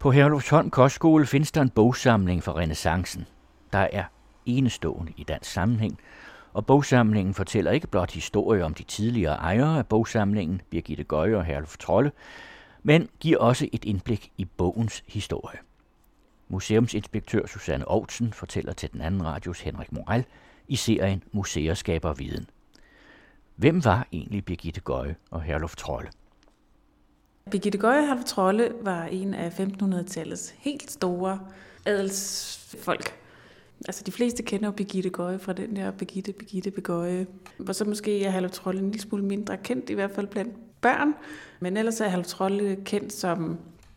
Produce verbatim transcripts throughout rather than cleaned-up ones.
På Herlufsholm Kostskole findes der en bogsamling fra renæssancen, der er enestående i dansk sammenhæng, og bogsamlingen fortæller ikke blot historier om de tidligere ejere af bogsamlingen, Birgitte Gøye og Herluf Trolle, men giver også et indblik i bogens historie. Museumsinspektør Susanne Outzen fortæller til den anden radios Henrik Morel i serien Museer skaber viden. Hvem var egentlig Birgitte Gøye og Herluf Trolle? Birgitte Gøye og Herluf Trolle var en af femtenhundredetallets helt store adelsfolk. Altså de fleste kender jo Birgitte Gøye fra den der Birgitte, Birgitte, Begøje. Og så måske er Herluf Trolle en lille smule mindre kendt, i hvert fald blandt børn. Men ellers er Herluf Trolle kendt som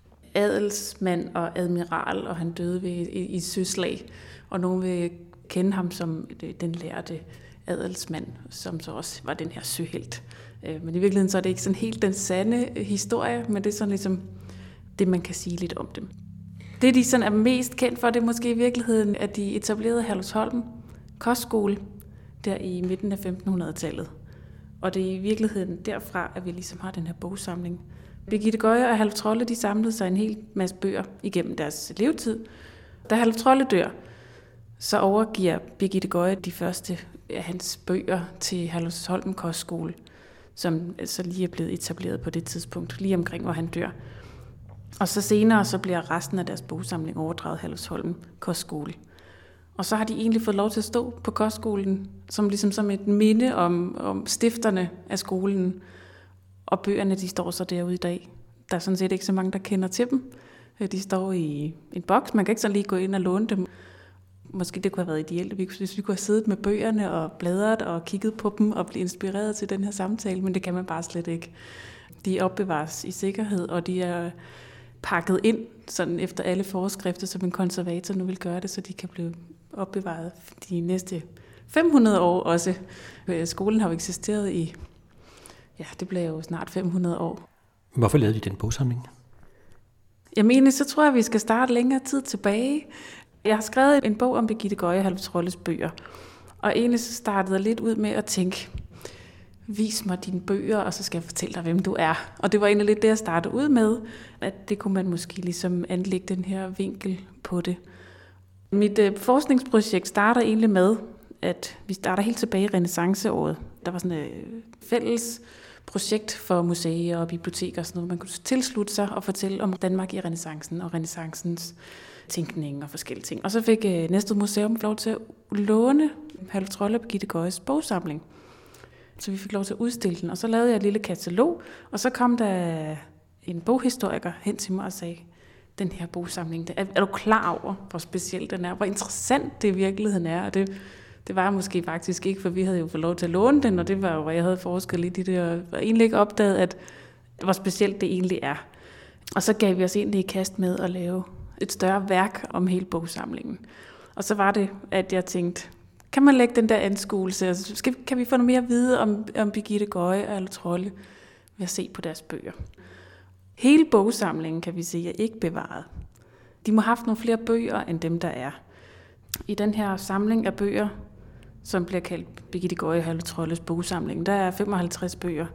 adelsmand og admiral, og han døde ved, i, i søslag. Og nogen vil kende ham som den lærte adelsmand, som så også var den her søhelt. Men i virkeligheden så er det ikke sådan helt den sande historie, men det er sådan ligesom det, man kan sige lidt om dem. Det, de sådan er mest kendt for, det er måske i virkeligheden, at de etablerede Herlufsholm Kostskole der i midten af femtenhundredetallet. Og det er i virkeligheden derfra, at vi ligesom har den her bogsamling. Birgitte Gøye og Herluf Trolle, de samlede sig en hel masse bøger igennem deres levetid. Da Herluf Trolle dør, så overgiver Birgitte Gøye de første af hans bøger til Herlufsholm Kostskole, som så lige er blevet etableret på det tidspunkt, lige omkring hvor han dør. Og så senere så bliver resten af deres bogsamling overdraget Herlufsholm Kostskole. Og så har de egentlig fået lov til at stå på kostskolen, som ligesom som et minde om, om stifterne af skolen. Og bøgerne, de står så derude i dag. Der er sådan set ikke så mange, der kender til dem. De står i en boks. Man kan ikke så lige gå ind og låne dem. Måske det kunne have været ideelt, hvis vi kunne have siddet med bøgerne og bladret og kigget på dem og blive inspireret til den her samtale, men det kan man bare slet ikke. De opbevares i sikkerhed, og de er pakket ind sådan efter alle forskrifter, som en konservator nu vil gøre det, så de kan blive opbevaret de næste fem hundrede år også. Skolen har jo eksisteret i, ja, det bliver jo snart fem hundrede år. Hvorfor lavede de den bogsamling? Jeg mener, så tror jeg, vi skal starte længere tid tilbage. Jeg har skrevet en bog om Birgitte Gøye og Herluf Trolles bøger, og egentlig så startede jeg lidt ud med at tænke, vis mig dine bøger, og så skal jeg fortælle dig, hvem du er. Og det var egentlig lidt det, jeg startede ud med, at det kunne man måske ligesom anlægge den her vinkel på det. Mit øh, forskningsprojekt starter egentlig med, at vi starter helt tilbage i renæssanceåret. Der var sådan et øh, fælles projekt for museer og biblioteker og sådan noget. Man kunne tilslutte sig og fortælle om Danmark i renæssancen og renæssancens tænkning og forskellige ting. Og så fik øh, Næstved Museum lov til at låne Herluf Trolle og Birgitte Gøjes bogsamling. Så vi fik lov til at udstille den, og så lavede jeg et lille katalog, og så kom der en boghistoriker hen til mig og sagde, den her bogsamling, er, er du klar over, hvor speciel den er, hvor interessant det i virkeligheden er, og det, det var jeg måske faktisk ikke, for vi havde jo fået lov til at låne den, og det var jo, hvor jeg havde forsket lidt i det, og var egentlig ikke opdaget, at hvor specielt det egentlig er. Og så gav vi os egentlig i kast med at lave et større værk om hele bogsamlingen. Og så var det, at jeg tænkte, kan man lægge den der anskuelse? Altså, skal, kan vi få noget mere at vide om, om Birgitte Gøye og Herluf Trolle ved at se på deres bøger? Hele bogsamlingen, kan vi se, er ikke bevaret. De må have haft nogle flere bøger, end dem, der er. I den her samling af bøger, som bliver kaldt Birgitte Gøye og Herluf Trolles bogsamling, der er femoghalvtreds bøger.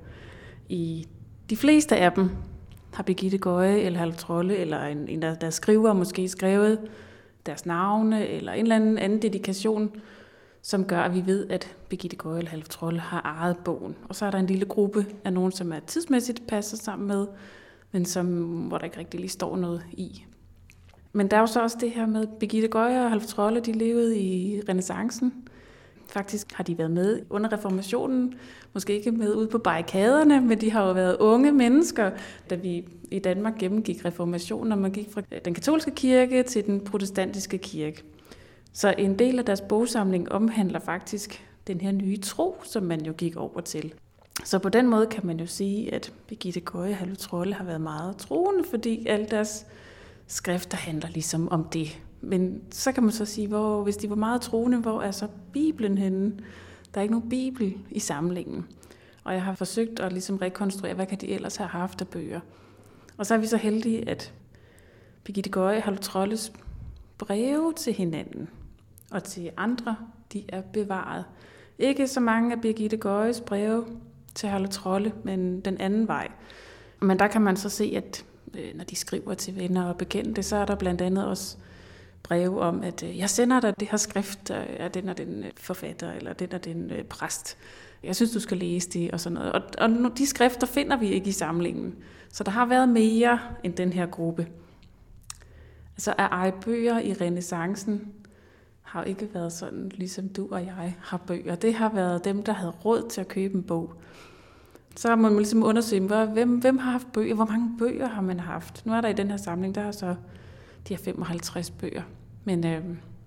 I de fleste af dem har Birgitte Gøye eller Herluf Trolle, eller en, en der, der skriver, måske skrevet deres navne, eller en eller anden, anden dedikation, som gør, at vi ved, at Birgitte Gøye eller Herluf Trolle har ejet bogen. Og så er der en lille gruppe af nogen, som er tidsmæssigt passer sammen med, men som, hvor der ikke rigtig lige står noget i. Men der er jo så også det her med, at Birgitte Gøye og Herluf Trolle, de levede i renæssancen. Faktisk har de været med under reformationen, måske ikke med ude på barrikaderne, men de har jo været unge mennesker, da vi i Danmark gennemgik reformationen, og man gik fra den katolske kirke til den protestantiske kirke. Så en del af deres bogsamling omhandler faktisk den her nye tro, som man jo gik over til. Så på den måde kan man jo sige, at Birgitte Gøye og Herluf Trolle har været meget troende, fordi alle deres skrifter handler ligesom om det. Men så kan man så sige, hvor, hvis de var meget troende, hvor er så Bibelen henne? Der er ikke nogen Bibel i samlingen. Og jeg har forsøgt at ligesom rekonstruere, hvad kan de ellers have haft af bøger. Og så er vi så heldige, at Birgitte Gøye og Herluf Trolles breve til hinanden og til andre, de er bevaret. Ikke så mange af Birgitte Gøjes breve til Herluf Trolle, men den anden vej. Men der kan man så se, at når de skriver til venner og bekendte, så er der blandt andet også breve om, at jeg sender dig det her skrift af den og den forfatter, eller den og den præst. Jeg synes, du skal læse det, og sådan noget. Og, og de skrifter finder vi ikke i samlingen. Så der har været mere end den her gruppe. Altså at eje bøger i renæssancen har ikke været sådan, ligesom du og jeg har bøger. Det har været dem, der havde råd til at købe en bog. Så har man ligesom undersøgt, hvem, hvem har haft bøger, hvor mange bøger har man haft. Nu er der i den her samling, der er så de her femoghalvtreds bøger. Men øh,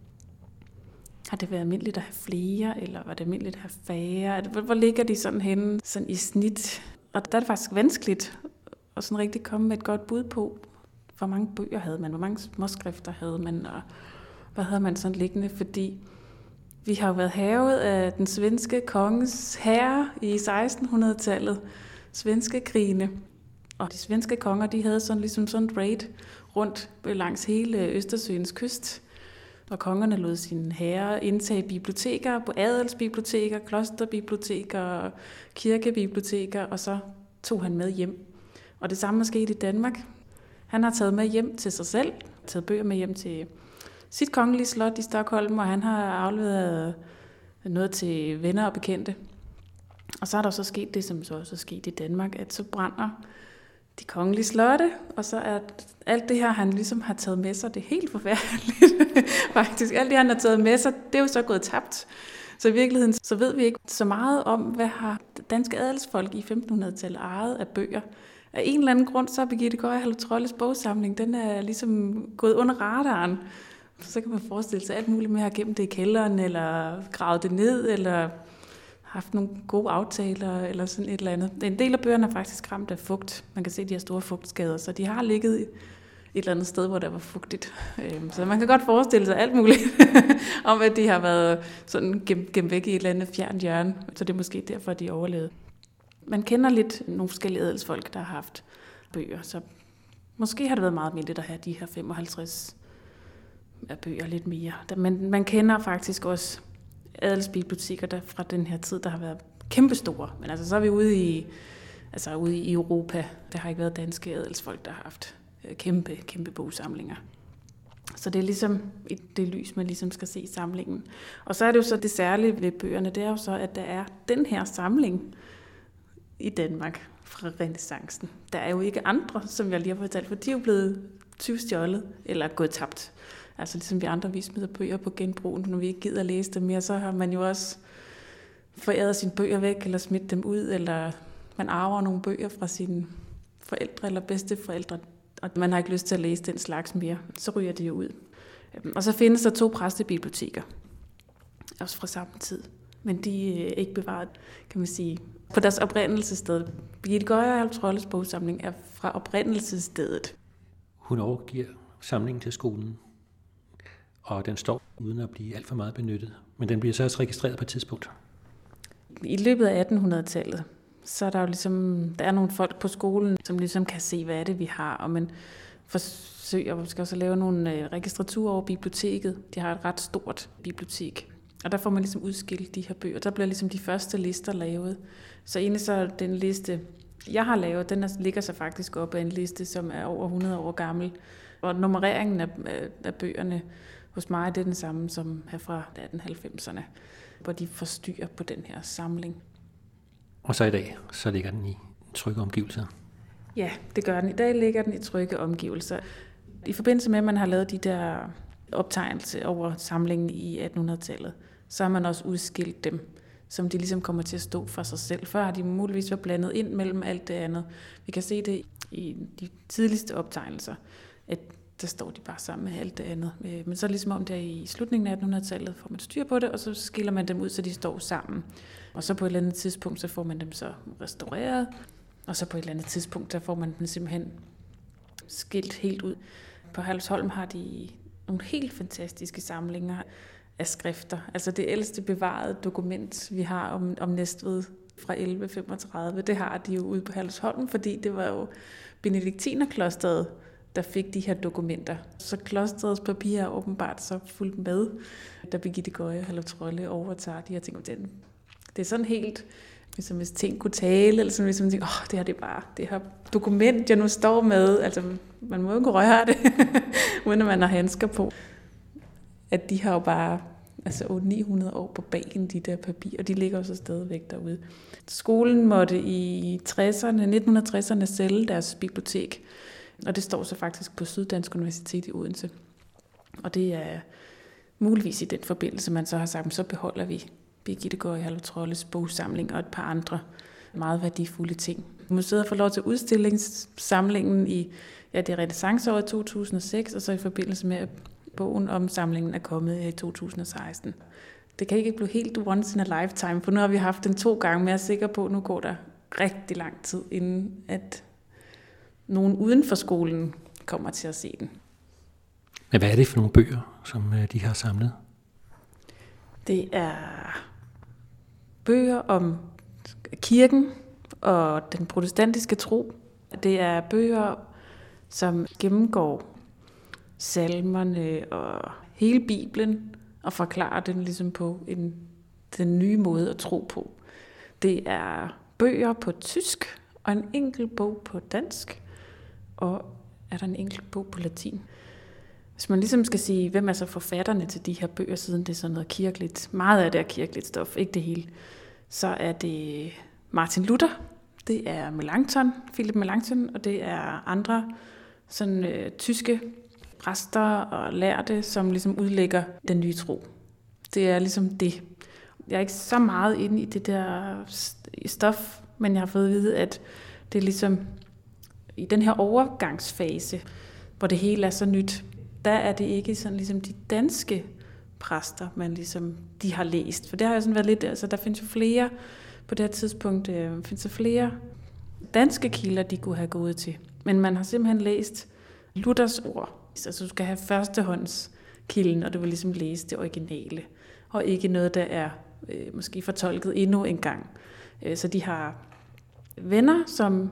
har det været almindeligt at have flere, eller var det almindeligt at have færre? Hvor, hvor ligger de sådan henne sådan i snit? Og der er det faktisk vanskeligt at sådan rigtig komme med et godt bud på, hvor mange bøger havde man, hvor mange småskrifter havde man, og hvad havde man sådan liggende, fordi vi har jo været hærget af den svenske konges herre i sekstenhundredetallet, svenske krigene. Og de svenske konger, de havde sådan ligesom sådan et raid rundt langs hele Østersøens kyst. Og kongerne lod sine herrer indtage biblioteker, på adelsbiblioteker, klosterbiblioteker, kirkebiblioteker, og så tog han med hjem. Og det samme er sket i Danmark. Han har taget med hjem til sig selv, taget bøger med hjem til sit kongelige slot i Stockholm, og han har afleveret noget til venner og bekendte. Og så er der så sket det, som så også er sket i Danmark, at så brænder de kongelige slotte, og så er alt det her, han ligesom har taget med sig, det er helt forfærdeligt. Faktisk, alt det, han har taget med sig, det er jo så gået tabt. Så i virkeligheden, så ved vi ikke så meget om, hvad har danske adelsfolk i femtenhundredetallet ejet af bøger. Af en eller anden grund, så er Birgitte Gøje Trolles bogsamling, den er ligesom gået under radaren. Så kan man forestille sig alt muligt med at have gemt det i kælderen, eller gravet det ned, eller haft nogle gode aftaler, eller sådan et eller andet. En del af bøgerne er faktisk ramt af fugt. Man kan se de her store fugtskader, så de har ligget et eller andet sted, hvor der var fugtigt. Så man kan godt forestille sig alt muligt om, at de har været sådan gemt, gemt væk i et eller andet fjernt hjørne. Så det er måske derfor, de overlevede. Man kender lidt nogle forskellige adelsfolk, der har haft bøger, så måske har det været meget mindre at have de her femoghalvtreds af bøger lidt mere. Men man kender faktisk også adelsbiblioteker der fra den her tid, der har været kæmpestore. Men altså, så er vi ude i, altså ude i Europa. Der har ikke været danske adelsfolk, der har haft kæmpe, kæmpe bogsamlinger. Så det er ligesom i det lys, man ligesom skal se samlingen. Og så er det jo så det særlige ved bøgerne, det er jo så, at der er den her samling i Danmark fra renæssancen. Der er jo ikke andre, som jeg lige har fortalt, for de er jo blevet tyvstjålet eller gået tabt. Altså ligesom vi andre, vi smider bøger på genbrugen, når vi ikke gider at læse dem mere, så har man jo også foræret sine bøger væk, eller smidt dem ud, eller man arver nogle bøger fra sine forældre eller bedsteforældre, og man har ikke lyst til at læse den slags mere. Så ryger det jo ud. Og så findes der to præstebiblioteker, også fra samme tid, men de er ikke bevaret, kan man sige, på deres oprindelsessted. Birgitte Gøje Trolles bogsamling er fra oprindelsesstedet. Hun overgiver samlingen til skolen, og den står uden at blive alt for meget benyttet. Men den bliver så også registreret på et tidspunkt. I løbet af attenhundredetallet, så er der jo ligesom, der er nogle folk på skolen, som ligesom kan se, hvad er det, vi har, og man forsøger, vi skal også lave nogle registraturer over biblioteket. De har et ret stort bibliotek, og der får man ligesom udskilt de her bøger. Der bliver ligesom de første lister lavet. Så egentlig så den liste, jeg har lavet, den ligger så faktisk op af en liste, som er over hundrede år gammel. Og nummereringen af, af bøgerne hos mig, det er den samme som her fra atten halvfemserne, hvor de får styr på den her samling. Og så i dag, så ligger den i trygge omgivelser? Ja, det gør den. I dag ligger den i trygge omgivelser. I forbindelse med, at man har lavet de der optegnelser over samlingen i attenhundredetallet, så har man også udskilt dem, som de ligesom kommer til at stå for sig selv. Før har de muligvis været blandet ind mellem alt det andet. Vi kan se det i de tidligste optegnelser, at der står de bare sammen med alt det andet. Men så ligesom om der i slutningen af attenhundredetallet får man styr på det, og så skiller man dem ud, så de står sammen. Og så på et eller andet tidspunkt, så får man dem så restaureret, og så på et eller andet tidspunkt, der får man dem simpelthen skilt helt ud. På Herlufsholm har de nogle helt fantastiske samlinger af skrifter. Altså det ældste bevarede dokument, vi har om, om Næstved fra elleve femogtredive, det har de jo ude på Herlufsholm, fordi det var jo benediktinerklosteret, der fik de her dokumenter. Så klosterets papir er åbenbart så fuldt med, da Birgitte Gøje Trolle overtager de her ting. Det er sådan helt Ligesom hvis ting kunne tale, eller sådan, hvis man tænker, åh, det her det er bare det her dokument, jeg nu står med. Altså, man må jo ikke røre det, uden at man har handsker på. At de har jo bare altså otte til ni hundrede år på bagen, de der papirer, og de ligger jo så stadigvæk derude. Skolen måtte i tresserne, nitten tresserne sælge deres bibliotek, og det står så faktisk på Syddansk Universitet i Odense. Og det er muligvis i den forbindelse, man så har sagt, så beholder vi Birgitte Gøje Trolles bogsamling og et par andre meget værdifulde ting. Museet får lov til udstillingssamlingen i ja, det er renæssanceåret to tusind og seks, og så i forbindelse med, at bogen om samlingen er kommet i to tusind og seksten. Det kan ikke blive helt once in a lifetime, for nu har vi haft den to gange, men jeg er sikker på, at nu går der rigtig lang tid, inden at nogen uden for skolen kommer til at se den. Men hvad er det for nogle bøger, som de har samlet? Det er bøger om kirken og den protestantiske tro. Det er bøger, som gennemgår salmerne og hele Bibelen og forklarer den ligesom på en, den nye måde at tro på. Det er bøger på tysk og en enkelt bog på dansk, og er der en enkelt bog på latin. Hvis man ligesom skal sige, hvem er så forfatterne til de her bøger, siden det er sådan noget kirkeligt, meget af det er kirkeligt stof, ikke det hele, så er det Martin Luther, det er Melanchthon, Philip Melanchthon, og det er andre sådan øh, tyske præster og lærte, som ligesom udlægger den nye tro. Det er ligesom det. Jeg er ikke så meget inde i det der stof, men jeg har fået at vide, at det er ligesom i den her overgangsfase, hvor det hele er så nyt, der er det ikke sådan ligesom de danske præster, man ligesom, de har læst. For det har jo sådan været lidt, altså der findes jo flere, på det her tidspunkt øh, findes der flere danske kilder, de kunne have gået til. Men man har simpelthen læst Luthers ord. Altså du skal have førstehåndskilden, og du vil ligesom læse det originale. Og ikke noget, der er øh, måske fortolket endnu en gang. Øh, så de har venner, som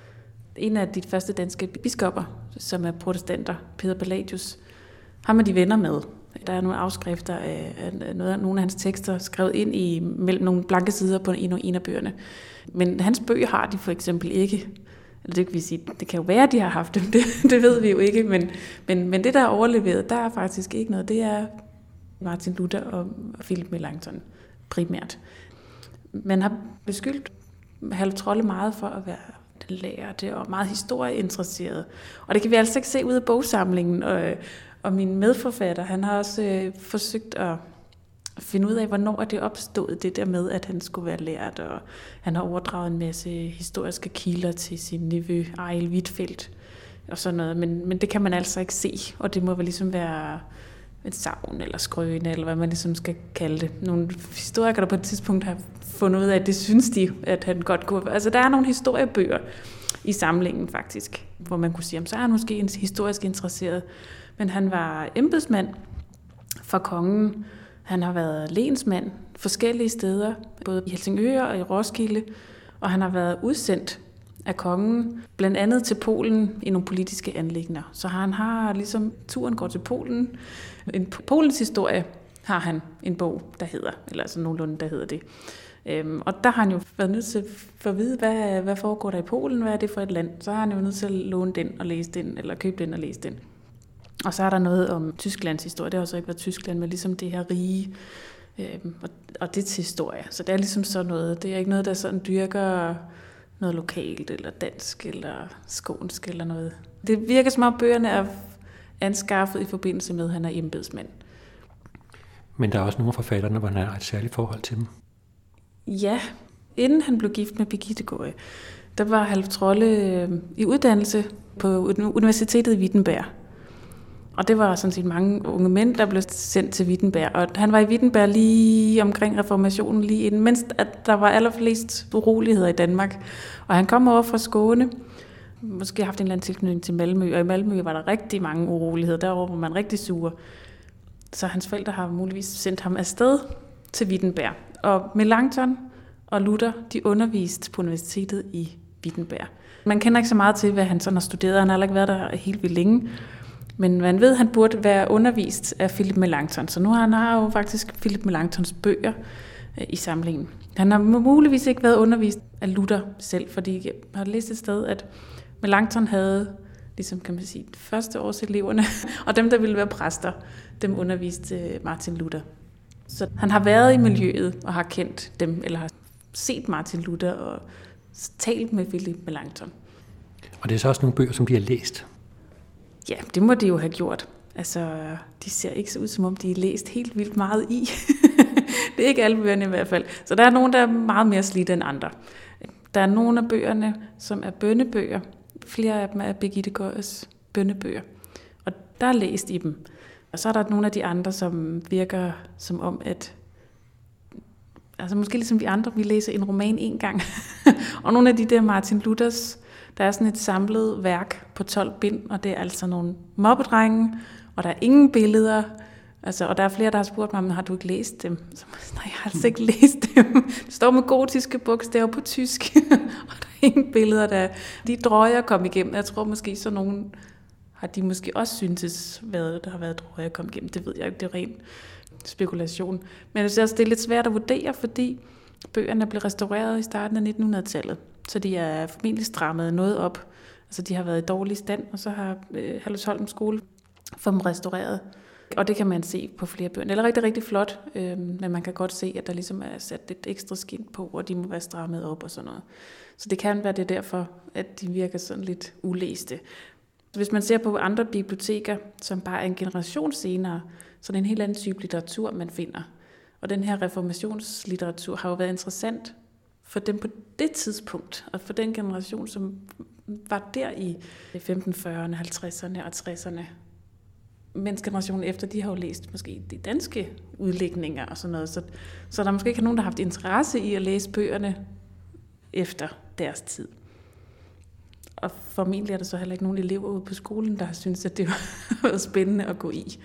en af de første danske biskopper, som er protestanter, Peder Palladius, har man de venner med. Der er nogle afskrifter af noget, nogle af hans tekster skrevet ind i mellem nogle blanke sider på en og en af bøgerne. Men hans bøger har de for eksempel ikke. Eller det kan vi sige, det kan jo være, at de har haft dem, det, det ved vi jo ikke, men, men, men det, der er overleveret, der er faktisk ikke noget. Det er Martin Luther og Philip Melanchthon primært. Man har beskyldt Herluf Trolle meget for at være den lærte og meget historieinteresseret. Og det kan vi altså ikke se ud af bogsamlingen. Og, og min medforfatter, han har også øh, forsøgt at finde ud af, hvornår er det opstået, det der med, at han skulle være lært. Og han har overdraget en masse historiske kilder til sin nevø, Arild Huitfeldt, og sådan noget. Men, men det kan man altså ikke se, og det må vel ligesom være et savn eller skrøne, eller hvad man ligesom skal kalde det. Nogle historikere, der på et tidspunkt har fundet ud af, at det synes de, at han godt kunne. Altså, der er nogle historiebøger i samlingen faktisk, hvor man kunne sige, at så er han måske en historisk interesseret. Men han var embedsmand for kongen. Han har været lensmand forskellige steder, både i Helsingør og i Roskilde, og han har været udsendt af kongen, blandt andet til Polen i nogle politiske anliggender. Så han har ligesom, turen går til Polen. En Polens historie har han en bog, der hedder, eller altså nogenlunde, der hedder det. Øhm, og der har han jo været nødt til at vide, hvad, hvad foregår der i Polen, hvad er det for et land. Så har han jo nødt til at låne den og læse den, eller købe den og læse den. Og så er der noget om Tysklands historie. Det har også ikke været Tyskland, men ligesom det her rige, øhm, og, og det til historie. Så det er ligesom sådan noget. Det er ikke noget, der sådan dyrker noget lokalt, eller dansk, eller skånsk, eller noget. Det virker som om bøgerne er anskaffet i forbindelse med, at han er embedsmand. Men der er også nogle af forfatterne, hvor han har et særligt forhold til dem. Ja, inden han blev gift med Birgitte Gøje, der var Herluf Trolle i uddannelse på Universitetet i Wittenberg. Og det var sådan set mange unge mænd, der blev sendt til Wittenberg. Og han var i Wittenberg lige omkring reformationen, lige inden, mens at der var allerflest uroligheder i Danmark. Og han kom over fra Skåne, måske haft en eller anden tilknytning til Malmø, og i Malmø var der rigtig mange uroligheder. Derovre var man rigtig sure. Så hans forældre har muligvis sendt ham afsted til Wittenberg. Og Melanchthon og Luther, de underviste på universitetet i Wittenberg. Man kender ikke så meget til, hvad han sådan har studeret. Han har heller ikke været der helt vildt længe. Men man ved, at han burde være undervist af Philip Melanchthon. Så nu har han har jo faktisk Philip Melanchthons bøger. øh, i samlingen. Han har muligvis ikke været undervist af Luther selv, fordi jeg har læst et sted, at Melanchthon havde, ligesom kan man sige, første års eleverne, og dem, der ville være præster, dem underviste Martin Luther. Så han har været i miljøet og har kendt dem, eller har set Martin Luther og talt med Philip Melanchthon. Og det er så også nogle bøger, som de har læst? Ja, det må de jo have gjort. Altså, de ser ikke så ud, som om de er læst helt vildt meget i. Det er ikke alle bøgerne i hvert fald. Så der er nogle, der er meget mere slidte end andre. Der er nogle af bøgerne, som er bønnebøger. Flere af dem er Birgitte Gøjes bønnebøger. Og der er læst i dem. Og så er der nogle af de andre, som virker som om, at altså måske ligesom vi andre, vi læser en roman en gang. Og nogle af de der Martin Luthers, der er sådan et samlet værk på tolv bind, og det er altså nogle mobbedrenge, og der er ingen billeder. Altså, og der er flere, der har spurgt mig, har du ikke læst dem? Så, nej, jeg har altså ikke læst dem. Det står med gotiske bogstaver på tysk, og der er ingen billeder, der de drøjer kom igennem. Jeg tror måske, så nogen har de måske også syntes, hvad der har været drøjer kom igennem. Det ved jeg ikke, det er ren spekulation. Men jeg synes, det er lidt svært at vurdere, fordi bøgerne blev restaureret i starten af nittenhundredetallet. Så de er formentlig strammet noget op. Altså, de har været i dårlig stand, og så har øh, Herlufsholm skole fået dem restaureret. Og det kan man se på flere bøger. Det er rigtig, rigtig flot, øh, men man kan godt se, at der ligesom er sat lidt ekstra skin på, og de må være strammet op og sådan noget. Så det kan være det derfor, at de virker sådan lidt ulæste. Hvis man ser på andre biblioteker, som bare er en generation senere, så er det en helt anden type litteratur, man finder. Og den her reformationslitteratur har jo været interessant for dem på det tidspunkt, og for den generation, som var der i femten fyrrerne, halvtredserne og tresserne. Mens generationen efter, de har jo læst måske de danske udlægninger og sådan noget, så, så der måske ikke nogen, der har haft interesse i at læse bøgerne efter deres tid. Og formentlig er der så heller ikke nogen elever ude på skolen, der har syntes, at det var spændende at gå i.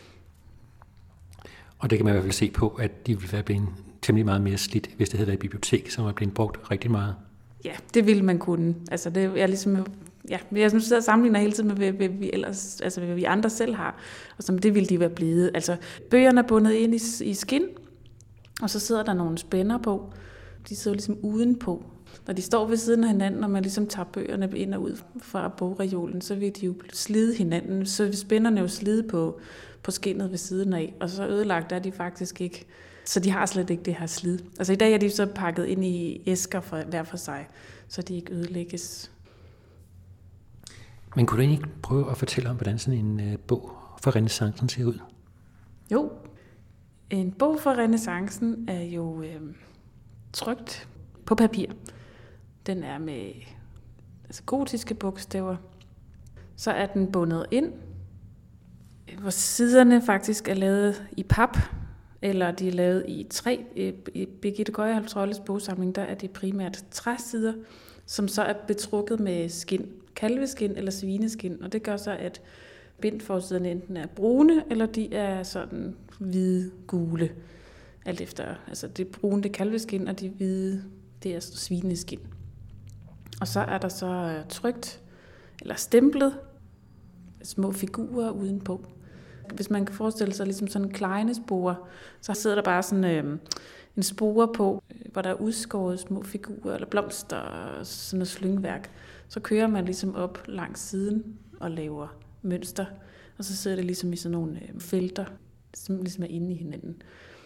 Og det kan man i hvert fald se på, at de ville være blevet temmelig meget mere slidt, hvis det havde været et bibliotek, som var blevet brugt rigtig meget. Ja, det ville man kunne. Altså, det er ligesom, ja, jeg synes, jeg sammenligner hele tiden med, hvad, hvad vi ellers, altså hvad vi andre selv har, og som det ville de være blevet. Altså, bøgerne er bundet ind i, i skin, og så sidder der nogle spænder på. De sidder ligesom udenpå. Når de står ved siden af hinanden, og man ligesom tager bøgerne ind og ud fra bogreolen, så vil de jo slide hinanden. Så vil spænderne jo slide på, på skinnet ved siden af, og så ødelagt er de faktisk ikke. Så de har slet ikke det her slid. Altså i dag er de så pakket ind i æsker for hver for sig, så de ikke ødelægges. Men kunne du egentlig prøve at fortælle om, hvordan sådan en uh, bog for renæssancen ser ud? Jo, en bog for renæssancen er jo øh, trykt på papir. Den er med altså gotiske bogstaver. Så er den bundet ind, hvor siderne faktisk er lavet i pap, eller de er lavet i træ. I Birgitte Gøje bogsamling, der er det primært træsider, som så er betrukket med skin, kalveskin eller svineskin, og det gør så, at bindforsiderne enten er brune, eller de er sådan hvide, gule, alt efter. Altså det brune, det er kalveskin, og de hvide, det er svineskin. Og så er der så trykt, eller stemplet, små figurer udenpå. Hvis man kan forestille sig ligesom sådan en klejnespore, så sidder der bare sådan øh, en spore på, hvor der er udskåret små figurer eller blomster og sådan noget slyngværk. Så kører man ligesom op langs siden og laver mønster, og så sidder det ligesom i sådan nogle øh, felter, som ligesom er inde i hinanden.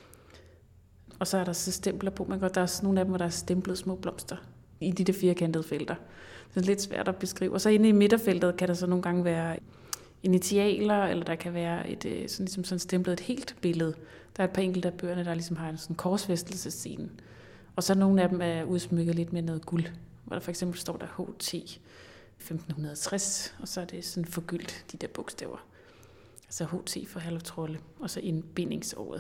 Og så er der så stempler på. Man kan, der er også nogle af dem, hvor der er stemplet små blomster i de der firkantede felter. Det er lidt svært at beskrive. Og så inde i midterfeltet kan der så nogle gange være initialer, eller der kan være et sådan, ligesom sådan stemplet et helt billede. Der er et par enkelte af bøgerne, der ligesom har en sådan korsfæstelsesscene. Og så nogle af dem er udsmykket lidt med noget guld, hvor der for eksempel står der H T femten tres, og så er det sådan forgyldt, de der bogstaver. Altså H T for Herluf Trolle, og så indbindingsåret.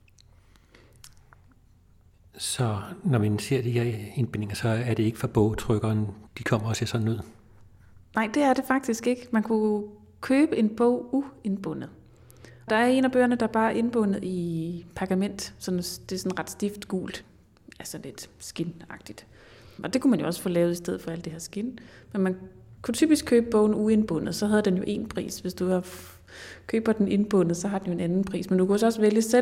Så når man ser de her indbindinger, så er det ikke fra bogtrykkeren, de kommer og ser sådan ud? Nej, det er det faktisk ikke. Man kunne købe en bog uindbundet. Der er en af bøgerne, der bare er indbundet i pergament, så det er sådan ret stift gult, altså lidt skinagtigt. Og det kunne man jo også få lavet i stedet for alt det her skin. Men man kunne typisk købe bogen uindbundet, så havde den jo en pris. Hvis du køber den indbundet, så har den jo en anden pris. Men du kunne også vælge selv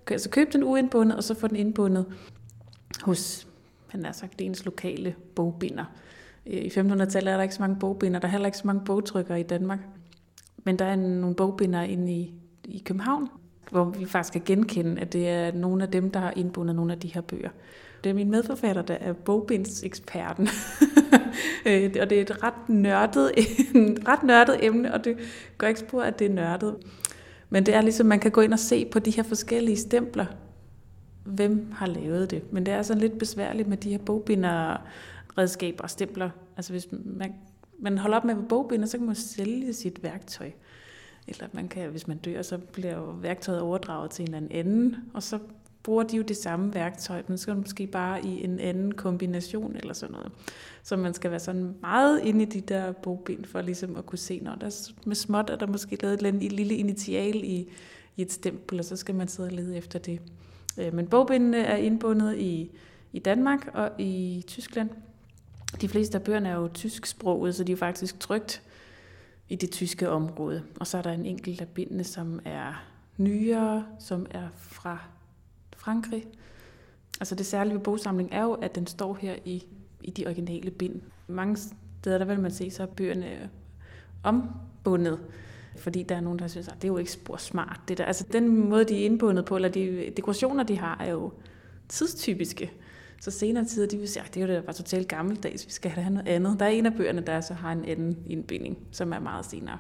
Altså købe den uindbundet, og så få den indbundet hos, han har sagt, ens lokale bogbinder. I femtenhundredetallet er der ikke så mange bogbinder, der er heller ikke så mange bogtrykkere i Danmark. Men der er nogle bogbinder inde i, i København, hvor vi faktisk kan genkende, at det er nogle af dem, der har indbundet nogle af de her bøger. Det er min medforfatter, der er bogbindseksperten. Og det er et ret nørdet, ret nørdet emne, og det går ikke spor, at det er nørdet. Men det er ligesom, man kan gå ind og se på de her forskellige stempler, hvem har lavet det. Men det er sådan lidt besværligt med de her bogbinderredskaber og stempler. Altså hvis man, man holder op med at bogbinder, så kan man sælge sit værktøj. Eller man kan, hvis man dør, så bliver værktøjet overdraget til en eller anden, og så bruger de jo det samme værktøj, men så skal måske bare i en anden kombination eller sådan noget. Så man skal være sådan meget inde i de der bogbind, for ligesom at kunne se, når der er med småt, er der måske lavet et lille initial i, i et stempel, og så skal man sidde og lede efter det. Men bogbindene er indbundet i, i Danmark og i Tyskland. De fleste af bøgerne er jo tysksproget, så de er faktisk trykt i det tyske område. Og så er der en enkelt af bindene, som er nyere, som er fra Frankrig. Altså det særlige ved bogsamling er jo, at den står her i, i de originale bind. Mange steder, der vil man se, så er bøgerne ombundet, fordi der er nogen, der synes, at det er jo ikke spor smart. Det der. Altså den måde, de er indbundet på, eller de dekorationer, de har, er jo tidstypiske. Så senere tider, de vil sige, at det er jo det, der var totalt gammeldags, vi skal have noget andet. Der er en af bøgerne, der så har en anden indbinding, som er meget senere.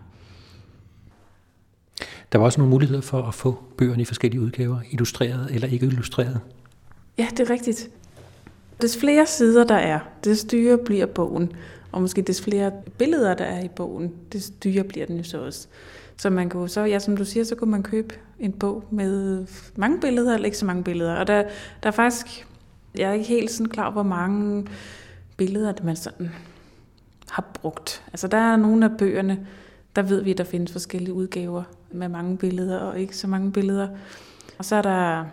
Der var også nogle muligheder for at få bøgerne i forskellige udgaver, illustreret eller ikke illustreret. Ja, det er rigtigt. Des flere sider der er, des dyrere bliver bogen. Og måske des flere billeder der er i bogen, des dyrere bliver den jo så også. Så man kunne, så, ja, som du siger, så kunne man købe en bog med mange billeder, eller ikke så mange billeder. Og der, der er faktisk, jeg er ikke helt sådan klar, hvor mange billeder, man sådan har brugt. Altså der er nogle af bøgerne, der ved vi, at der findes forskellige udgaver med mange billeder og ikke så mange billeder. Og så er der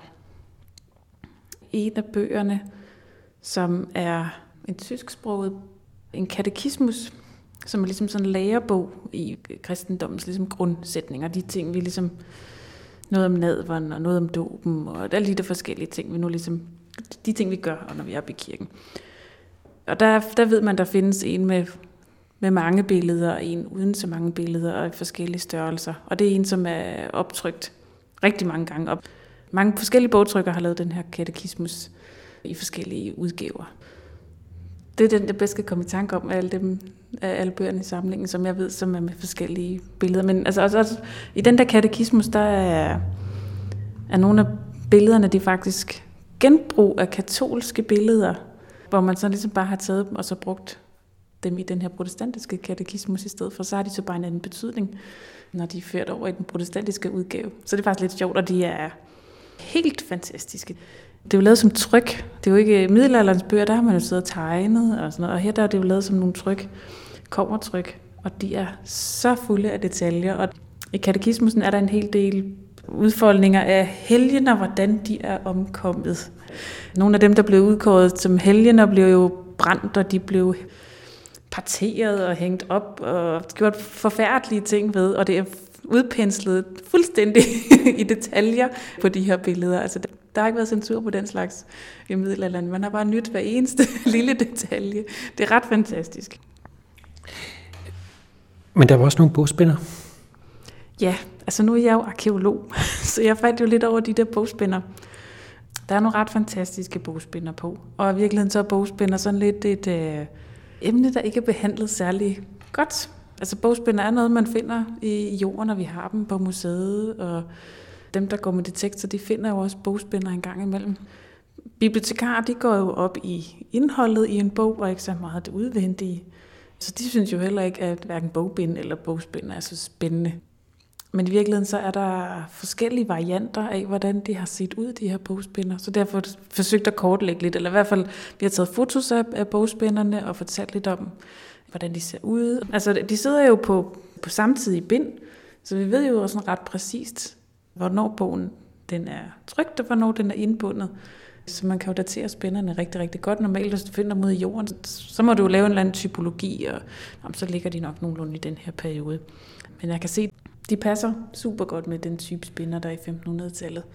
en af bøgerne, som er en tysksproget, en katekismus, som er ligesom sådan en lærebog i kristendommens ligesom grundsætninger. De ting, vi ligesom, noget om nadveren og noget om dåben og alle de der forskellige ting, vi nu ligesom, de ting, vi gør, når vi er oppe i kirken. Og der, der ved man, der findes en med med mange billeder, og en uden så mange billeder, og i forskellige størrelser. Og det er en, som er optrykt rigtig mange gange op. Mange forskellige bogtrykkere har lavet den her katekismus i forskellige udgaver. Det er den, der bedst skal komme i tanke om af alle, dem, af alle bøgerne i samlingen, som jeg ved, som er med forskellige billeder. Men altså også, også i den der katekismus, der er, er nogle af billederne, de faktisk genbrug af katolske billeder, hvor man så ligesom bare har taget dem og så brugt dem i den her protestantiske katekismus i stedet for, så har de så bare en anden betydning, når de er ført over i den protestantiske udgave. Så det er faktisk lidt sjovt, og de er helt fantastiske. Det er jo lavet som tryk. Det er jo ikke middelalderens bøger, der har man jo siddet og tegnet og sådan noget, og her der er det jo lavet som nogle tryk, kobbertryk, og de er så fulde af detaljer, og i katekismusen er der en hel del udfoldninger af helgener, hvordan de er omkommet. Nogle af dem, der blev udkåret som helgener, blev jo brændt, og de blev parteret og hængt op og gjort forfærdelige ting ved, og det er udpenslet fuldstændig i detaljer på de her billeder. Altså, der har ikke været censur på den slags i middelalderen. Man har bare nyt hver eneste lille detalje. Det er ret fantastisk. Men der var også nogle bogspænder. Ja, altså nu er jeg jo arkeolog, så jeg fandt jo lidt over de der bogspænder. Der er nogle ret fantastiske bogspænder på, og i virkeligheden så er bogspænder sådan lidt et øh, emne, der ikke er behandlet særlig godt. Altså bogspænder er noget, man finder i jorden, når vi har dem på museet, og dem, der går med detektor, de finder jo også bogspænder en gang imellem. Bibliotekarer, de går jo op i indholdet i en bog, og ikke så meget det udvendige. Så de synes jo heller ikke, at hverken bogbind eller bogspænder er så spændende. Men i virkeligheden så er der forskellige varianter af, hvordan de har set ud, de her bogspænder. Så derfor har jeg forsøgt at kortlægge lidt, eller i hvert fald, vi har taget fotos af, af bogspænderne og fortalt lidt om, hvordan de ser ud. Altså, de sidder jo på, på samtidige bind, så vi ved jo også ret præcist, hvornår bogen den er trykt, og hvornår den er indbundet. Så man kan jo datere spænderne rigtig, rigtig godt. Normalt, hvis du finder dem ude i jorden, så må du jo lave en eller anden typologi, og jamen, så ligger de nok nogenlunde i den her periode. Men jeg kan se, de passer super godt med den type spænder, der er i femtenhundredetallet.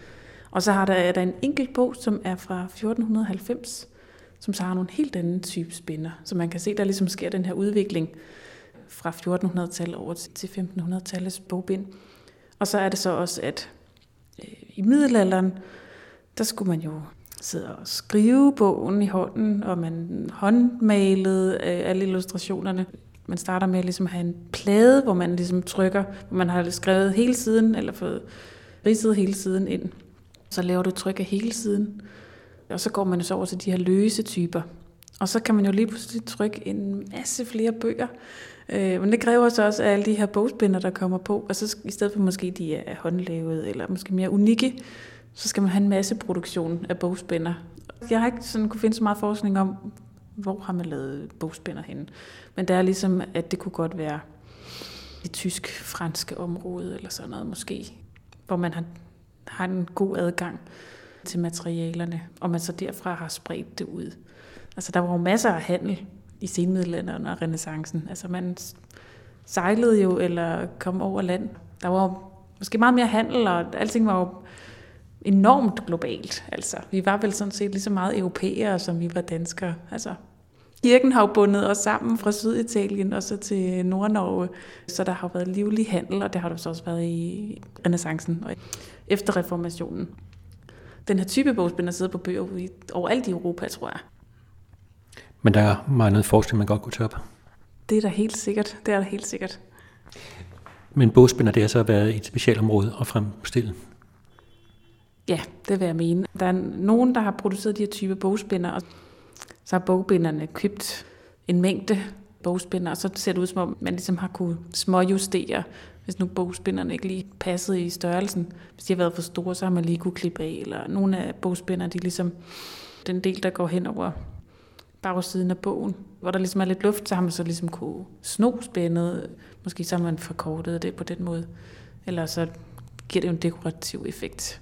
Og så har der, er der en enkelt bog, som er fra fjorten halvfems, som så har nogle helt anden type spænder. Så man kan se, der ligesom sker den her udvikling fra fjortenhundredetallet over til femtenhundredetallets bogbind. Og så er det så også, at øh, i middelalderen, der skulle man jo sidde og skrive bogen i hånden, og man håndmalede øh, alle illustrationerne. Man starter med at ligesom have en plade, hvor man ligesom trykker, hvor man har skrevet hele siden, eller fået ridset hele siden ind. Så laver du tryk af hele siden, og så går man så over til de her løse typer. Og så kan man jo lige pludselig trykke en masse flere bøger. Øh, men det kræver så også af alle de her bogspænder, der kommer på. Og så i stedet for måske de er håndlavet, eller måske mere unikke, så skal man have en masse produktion af bogspænder. Jeg har ikke sådan kunne finde så meget forskning om, hvor har man lavet bogspænder henne. Men der er ligesom, at det kunne godt være det tysk-franske område, eller sådan noget måske, hvor man har, har en god adgang til materialerne, og man så derfra har spredt det ud. Altså der var jo masser af handel i senmiddelalderen og renæssancen. Altså man sejlede jo, eller kom over land. Der var måske meget mere handel, og alting var jo enormt globalt. Altså vi var vel sådan set lige så meget europæere, som vi var danskere. Altså kirken har jo bundet os sammen fra Syditalien og så til Nordnorge, så der har været livlig handel, og det har der så også været i renæssancen og efter reformationen. Den her type bogspænder sidder på bøger overalt i Europa, tror jeg. Men der er meget noget forskning, man godt kunne tage op. Det er da helt sikkert. Det er da helt sikkert. Men bogspænder, det har så været et specialområde at fremstille? Ja, det vil jeg mene. Der er nogen, der har produceret de her type bogspænder, og så har bogbinderne købt en mængde bogspænder, og så ser det ud som om, man ligesom har kunne småjustere, hvis nu bogspænderne ikke lige passede i størrelsen. Hvis de har været for store, så har man lige kunne klippe af, eller nogle af bogspænderne, de ligesom den del, der går hen over bagsiden af bogen, hvor der ligesom er lidt luft, så har man så ligesom kunne sno spændet, måske så har man forkortet det på den måde, eller så giver det jo en dekorativ effekt.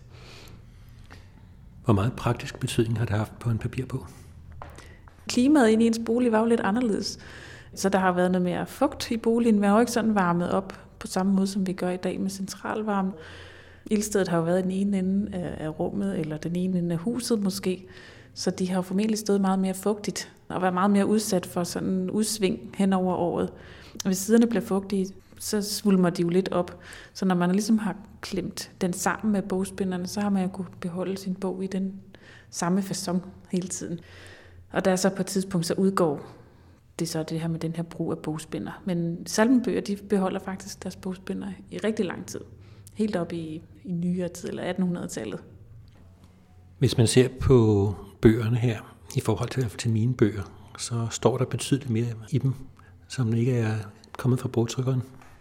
Hvor meget praktisk betydning har det haft på en papirbog? Klimaet inde i ens bolig var jo lidt anderledes, så der har været noget mere fugt i boligen. Vi har jo ikke sådan varmet op på samme måde, som vi gør i dag med centralvarme. Ildstedet har jo været i den ene ende af rummet, eller den ene ende af huset måske, så de har jo formentlig stået meget mere fugtigt, og været meget mere udsat for sådan en udsving hen over året. Og hvis siderne bliver fugtige, så svulmer de jo lidt op. Så når man ligesom har klemt den sammen med bogspænderne, så har man jo kunne beholde sin bog i den samme facon hele tiden. Og der så på et tidspunkt så udgår det så det her med den her brug af bogspænder. Men salmebøger, de beholder faktisk deres bogspænder i rigtig lang tid. Helt op i, i nyere tid, eller attenhundredetallet. Hvis man ser på bøgerne her, i forhold til, til mine bøger, så står der betydeligt mere i dem, som ikke er kommet fra bogtrykkeren.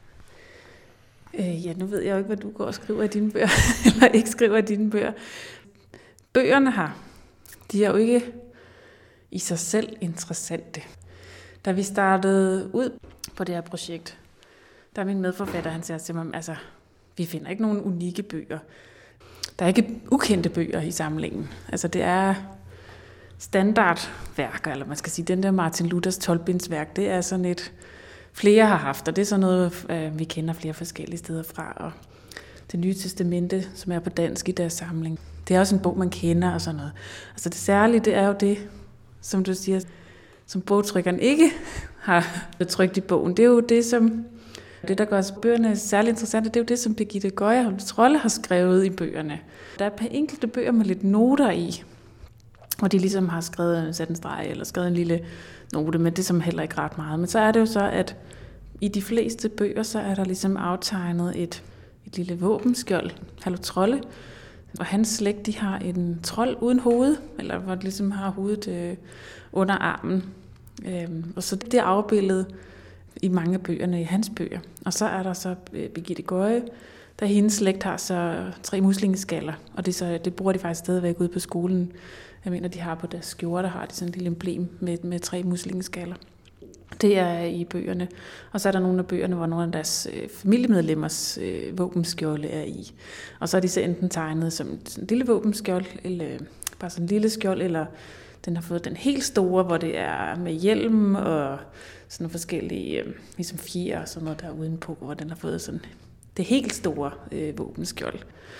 Øh, ja, nu ved jeg jo ikke, hvad du går og skriver i dine bøger, eller ikke skriver i dine bøger. Bøgerne her, de er jo ikke i sig selv interessante. Da vi startede ud på det her projekt, der er min medforfatter, han siger til mig, altså, vi finder ikke nogen unikke bøger. Der er ikke ukendte bøger i samlingen. Altså, det er standardværker, eller man skal sige, den der Martin Luthers tolv-bindsværk, det er sådan et, flere har haft, og det er sådan noget, øh, vi kender flere forskellige steder fra. Og det Nye Testamente, som er på dansk i deres samling, det er også en bog, man kender og sådan noget. Altså det særlige, det er jo det, som du siger, som bogtrykkeren ikke har trykt i bogen. Det er jo det, som det, der gør bøgerne særlig interessante, det er jo det, som Birgitte Gøye-Trolle har skrevet i bøgerne. Der er et par enkelte bøger med lidt noter i, og de ligesom har skrevet sat en streg eller skrevet en lille note, men det er som heller ikke ret meget. Men så er det jo så, at i de fleste bøger, så er der ligesom aftegnet et, et lille våbenskjold, Hallo Trolle, og hans slægt, de har en trold uden hoved, eller hvor de ligesom har hovedet øh, under armen. Øhm, og så det er afbildet i mange af bøgerne i hans bøger. Og så er der så øh, Birgitte Gøye, der hendes slægt har så tre muslingeskaller, og det, så, det bruger de faktisk stadigvæk ude på skolen. Jeg mener, de har på deres skjorter, har de sådan et lille emblem med, med tre muslingeskaller. Det er i bøgerne. Og så er der nogle af bøgerne, hvor nogle af deres øh, familiemedlemmers øh, våbenskjolde er i. Og så er de så enten tegnet som et lille våbenskjold, eller øh, bare sådan en lille skjold, eller den har fået den helt store, hvor det er med hjelm og sådan nogle forskellige, øh, ligesom fjer og sådan noget der udenpå, hvor den har fået sådan det helt store øh, våbenskjold.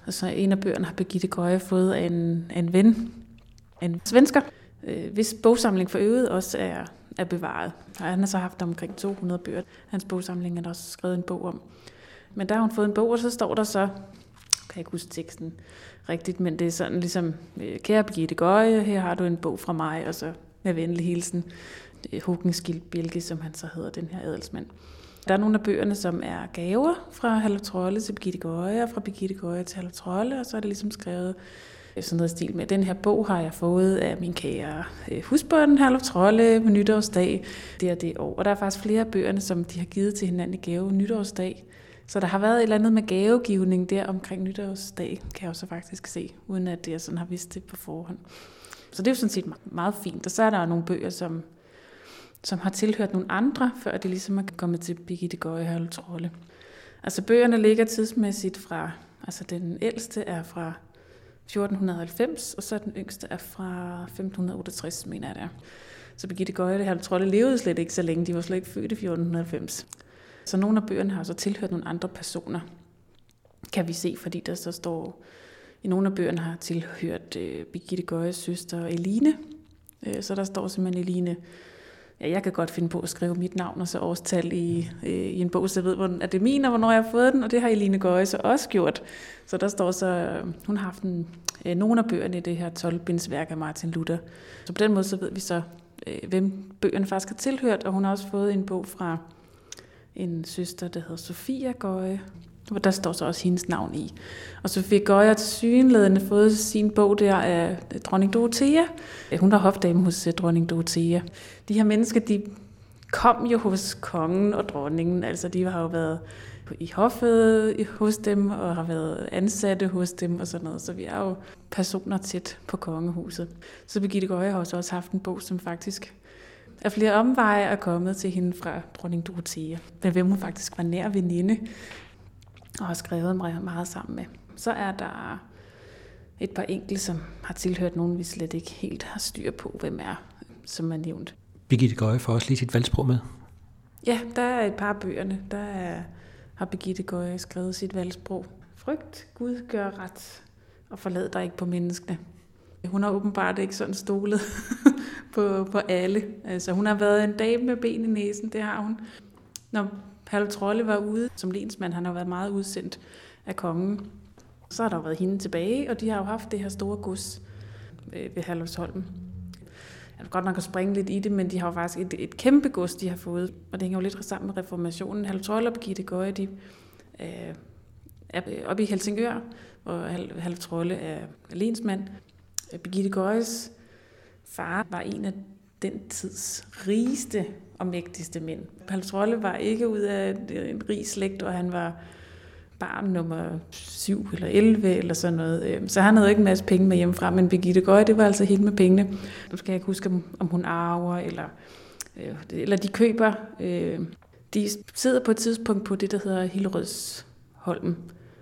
Altså en af bøgerne har Birgitte Gøje fået af en, af en ven, en svensker, øh, hvis bogsamling for øvrigt også er, er bevaret. Og han har så haft omkring to hundrede bøger. Hans bogsamling er der også skrevet en bog om. Men der har hun fået en bog, og så står der så, kan jeg ikke huske teksten rigtigt, men det er sådan ligesom, kære Birgitte Gøje, her har du en bog fra mig, og så med venlig hilsen, Hågenskild Bjelke, som han så hedder, den her adelsmand. Der er nogle af bøgerne, som er gaver fra Herluf Trolle til Birgitte Gøje, og fra Birgitte Gøje til Herluf Trolle, og så er det ligesom skrevet sådan noget stil med, den her bog har jeg fået af min kære husbånd Herluf Trolle på nytårsdag, det og det år. Og der er faktisk flere af bøgerne, som de har givet til hinanden i gave nytårsdag. Så der har været et eller andet med gavegivning der omkring nytårsdag, kan jeg også faktisk se, uden at jeg sådan har vidst det på forhånd. Så det er jo sådan set meget fint. Og så er der nogle bøger, som, som har tilhørt nogle andre, før det ligesom er kommet til Birgitte Gøje og Herluf Trolle. Altså bøgerne ligger tidsmæssigt fra, altså den ældste er fra fjorten halvfems, og så den yngste er fra femten otteogtres, mener jeg det er. Så Birgitte Gøje og Herluf Trolle levede slet ikke så længe, de var slet ikke født i fjorten halvfems. Så nogle af bøgerne har så tilhørt nogle andre personer, kan vi se, fordi der så står, i nogle af bøgerne har tilhørt øh, Birgitte Gøjes søster Eline. Øh, så der står simpelthen Eline, ja, jeg kan godt finde på at skrive mit navn og så årstal i, øh, i en bog, så jeg ved, at det er min, og hvornår jeg har fået den, og det har Eline Gøje så også gjort. Så der står så, øh, hun har haft en, øh, nogle af bøgerne i det her tolv-bindsværk af Martin Luther. Så på den måde så ved vi så, øh, hvem bøgerne faktisk har tilhørt, og hun har også fået en bog fra en søster, der hedder Sofia Gøje, og der står så også hendes navn i. Og Sofia Gøje har tilsyneladende fået sin bog der af dronning Dorothea. Hun var hofdame hos dronning Dorothea. De her mennesker, de kom jo hos kongen og dronningen, altså de har jo været i hoffet hos dem, og har været ansatte hos dem og sådan noget, så vi er jo personer tæt på kongehuset. Så Birgitte Gøje har også haft en bog, som faktisk af flere omveje er kommet til hende fra dronning Dorothea, med hvem hun faktisk var nær veninde og har skrevet meget sammen med. Så er der et par enkelte, som har tilhørt nogen, vi slet ikke helt har styr på, hvem er, som er nævnt. Birgitte Gøje får også lige sit valgsprog med. Ja, der er et par af bøgerne, der er, har Birgitte Gøje skrevet sit valgsprog. Frygt, Gud gør ret, og forlad dig ikke på menneskene. Hun har åbenbart ikke sådan stolet på, på alle. Altså, hun har været en dame med ben i næsen, det har hun. Når Herluf Trolle var ude som lensmand, han har været meget udsendt af kongen, så har der jo været hende tilbage, og de har jo haft det her store gods ved Herlufsholm. Jeg vil godt nok at springe lidt i det, men de har jo faktisk et, et kæmpe gods, de har fået, og det hænger jo lidt sammen med reformationen. Herluf Trolle og Birgitte Gøje, de øh, er oppe i Helsingør, hvor Herluf Trolle er lensmand. Birgitte Gøjes far var en af den tids rigeste og mægtigste mænd. Herluf Trolle var ikke ud af en rig slægt, og han var barn nummer syv eller elleve eller sådan noget. Så han havde ikke en masse penge med hjemmefra, men Birgitte Gøje, det var altså helt med pengene. Nu skal jeg ikke huske, om hun arver, eller, eller de køber. De sidder på et tidspunkt på det, der hedder Hillerødsholm,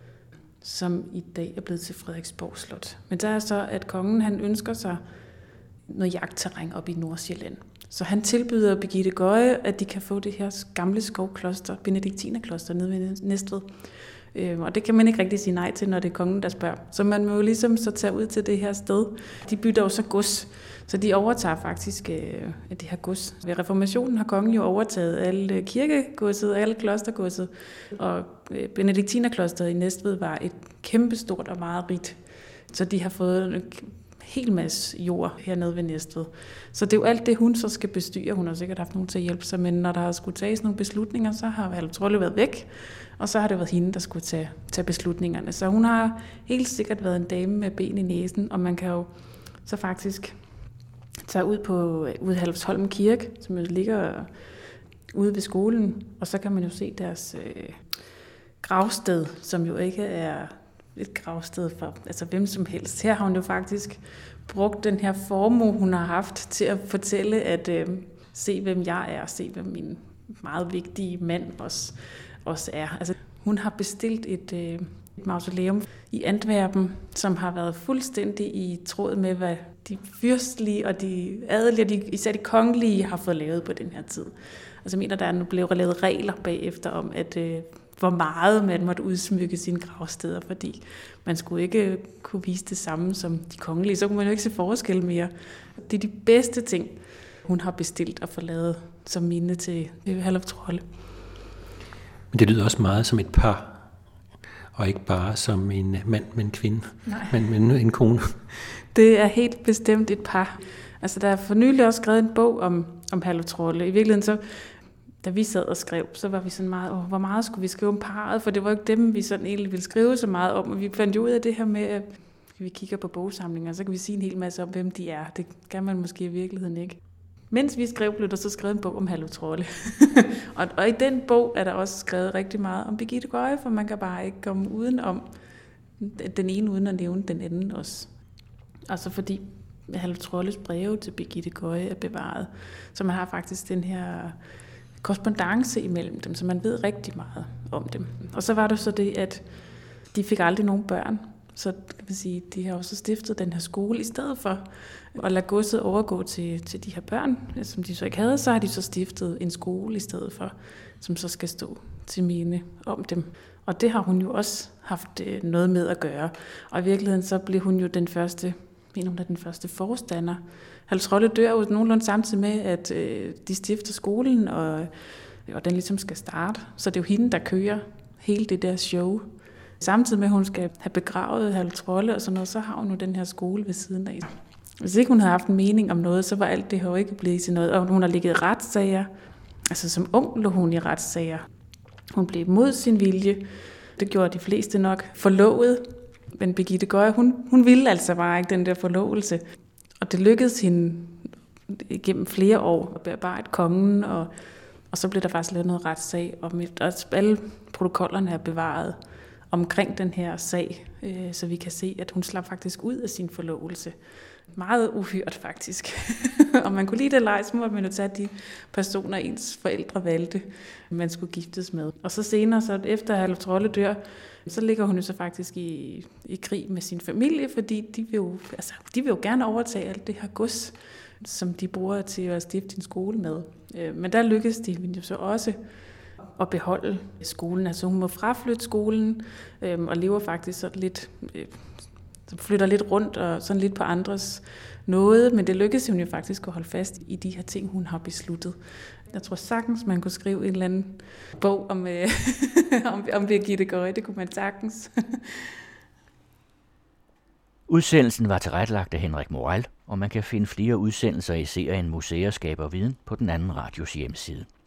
som i dag er blevet til Frederiksborg Slot. Men der er så, at kongen han ønsker sig noget jagtterræn op i Nordsjælland. Så han tilbyder Birgitte Gøje, at de kan få det her gamle skovkloster, benediktinerkloster nede ved Næstved. Og det kan man ikke rigtig sige nej til, når det er kongen, der spørger. Så man må jo ligesom så tage ud til det her sted. De bytter jo så gods, så de overtager faktisk øh, det her gods. Ved reformationen har kongen jo overtaget alle kirkegodset og alle klostergodset. Og øh, benediktinerklosteret i Næstved var et kæmpestort og meget rigt. Så de har fået en hel masse jord hernede ved Næstved. Så det er jo alt det, hun så skal bestyre. Hun har sikkert haft nogen til at hjælpe sig, men når der har skulle tages nogle beslutninger, så har Herluf Trolle været væk, og så har det været hende, der skulle tage, tage beslutningerne. Så hun har helt sikkert været en dame med ben i næsen, og man kan jo så faktisk tage ud på ude Herlufsholm Kirke, som jo ligger ude ved skolen, og så kan man jo se deres øh, gravsted, som jo ikke er et gravsted for altså hvem som helst. Her har hun jo faktisk brugt den her formue, hun har haft til at fortælle, at øh, se hvem jeg er, se hvem min meget vigtige mand også, også er. Altså, hun har bestilt et, øh, et mausoleum i Antwerpen, som har været fuldstændig i tråd med, hvad de fyrstlige og de adelige, de, især de kongelige, har fået lavet på den her tid. Altså jeg mener, der er nu blevet lavet regler bagefter om, at øh, hvor meget man måtte udsmykke sine gravsteder, fordi man skulle ikke kunne vise det samme som de kongelige. Så kunne man jo ikke se forskel mere. Det er de bedste ting, hun har bestilt og fået lavet som minde til Herluf Trolle. Men det lyder også meget som et par, og ikke bare som en mand med en kvinde, Nej. men med en kone. Det er helt bestemt et par. Altså, der er for nylig også skrevet en bog om, om Herluf Trolle. I virkeligheden, så, da vi sad og skrev, så var vi sådan meget, åh, hvor meget skulle vi skrive om parret? For det var ikke dem, vi sådan egentlig ville skrive så meget om. Og vi fandt jo ud af det her med, at vi kigger på bogsamlinger, så kan vi sige en hel masse om, hvem de er. Det kan man måske i virkeligheden ikke. Mens vi skrev, blev der så skrevet en bog om Herluf Trolle. og, og i den bog er der også skrevet rigtig meget om Birgitte Gøje, for man kan bare ikke komme uden om den ene, uden at nævne den anden også. Altså fordi Herluf Trolles breve til Birgitte Gøje er bevaret, så man har faktisk den her korrespondance imellem dem, så man ved rigtig meget om dem. Og så var det så det, at de fik aldrig nogen børn, så kan man sige, de har også stiftet den her skole i stedet for at lade godset overgå til, til de her børn, som de så ikke havde, så har de så stiftet en skole i stedet for, som så skal stå til minde om dem. Og det har hun jo også haft noget med at gøre. Og i virkeligheden så blev hun jo den første, en af den første forstander. Herluf Trolle dør jo nogenlunde samtidig med, at øh, de stifter skolen, og, og den ligesom skal starte. Så det er jo hende, der kører hele det der show. Samtidig med, at hun skal have begravet Herluf Trolle og sådan noget, så har hun jo den her skole ved siden af. Hvis ikke hun havde haft en mening om noget, så var alt det her jo ikke blevet til noget. Og hun har ligget i retssager. Altså som ung lå hun i retssager. Hun blev mod sin vilje. Det gjorde de fleste nok. Forlovet. Men Birgitte Gøje, hun, hun ville altså bare ikke den der forlovelse. Og det lykkedes hende gennem flere år at bearbejde kongen, og, og så blev der faktisk lavet noget retssag, og alle protokollerne er bevaret omkring den her sag, øh, så vi kan se, at hun slap faktisk ud af sin forlovelse. Meget uhyrt faktisk. Og man kunne lide det leg, så måtte man jo tage de personer, ens forældre valgte, man skulle giftes med. Og så senere, så efter Herluf Trolle dør, så ligger hun jo så faktisk i, i krig med sin familie, fordi de vil, jo, altså, de vil jo gerne overtage alt det her gods, som de bruger til at stifte en skole med. Men der lykkedes de jo så også at beholde skolen. Altså hun må fraflytte skolen og lever faktisk sådan lidt, flytter lidt rundt og sådan lidt på andres noget, men det lykkedes hun jo faktisk at holde fast i de her ting, hun har besluttet. Jeg tror sagtens, man kunne skrive en eller anden bog om, øh, om, om Birgitte Gøje. Det kunne man sagtens. Udsendelsen var tilrettelagt af Henrik Morell, og man kan finde flere udsendelser i serien Museer skaber viden på den anden radios hjemmeside.